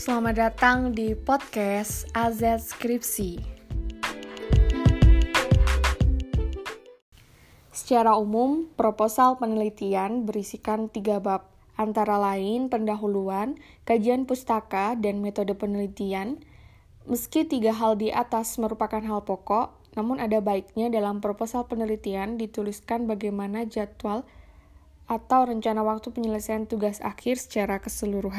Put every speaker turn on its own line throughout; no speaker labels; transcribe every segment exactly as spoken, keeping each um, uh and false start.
Selamat datang di podcast A Z Skripsi. Secara umum, proposal penelitian berisikan tiga bab, antara lain pendahuluan, kajian pustaka, dan metode penelitian. Meski tiga hal di atas merupakan hal pokok, namun ada baiknya dalam proposal penelitian dituliskan bagaimana jadwal atau rencana waktu penyelesaian tugas akhir secara keseluruhan.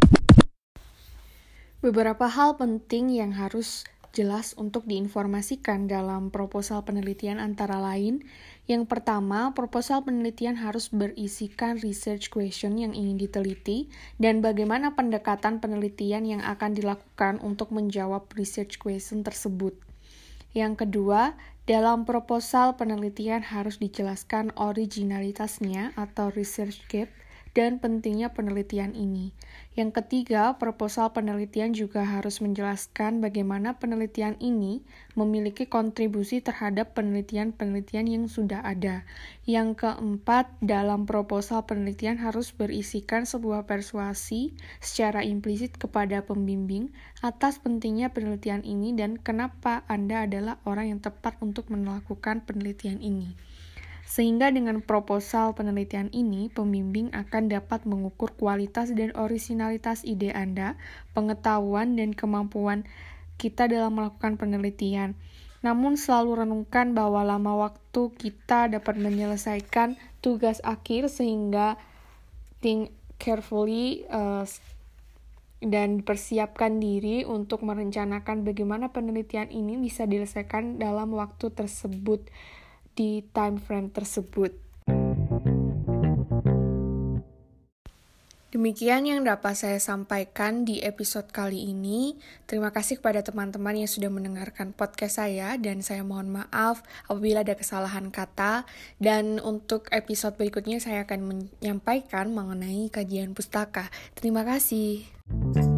Beberapa hal penting yang harus jelas untuk diinformasikan dalam proposal penelitian antara lain, yang pertama, proposal penelitian harus berisikan research question yang ingin diteliti dan bagaimana pendekatan penelitian yang akan dilakukan untuk menjawab research question tersebut. Yang kedua, dalam proposal penelitian harus dijelaskan originalitasnya atau research gap dan pentingnya penelitian ini. Yang ketiga, proposal penelitian juga harus menjelaskan bagaimana penelitian ini memiliki kontribusi terhadap penelitian-penelitian yang sudah ada. Yang keempat, dalam proposal penelitian harus berisikan sebuah persuasi secara implisit kepada pembimbing atas pentingnya penelitian ini dan kenapa Anda adalah orang yang tepat untuk melakukan penelitian ini. Sehingga dengan proposal penelitian ini, pembimbing akan dapat mengukur kualitas dan orisinalitas ide Anda, pengetahuan dan kemampuan kita dalam melakukan penelitian. Namun selalu renungkan bahwa lama waktu kita dapat menyelesaikan tugas akhir sehingga think carefully uh, dan persiapkan diri untuk merencanakan bagaimana penelitian ini bisa diselesaikan dalam waktu tersebut, di time frame tersebut. Demikian yang dapat saya sampaikan di episode kali ini. Terima kasih kepada teman-teman yang sudah mendengarkan podcast saya, dan saya mohon maaf apabila ada kesalahan kata. Dan untuk episode berikutnya saya akan menyampaikan mengenai kajian pustaka. Terima kasih.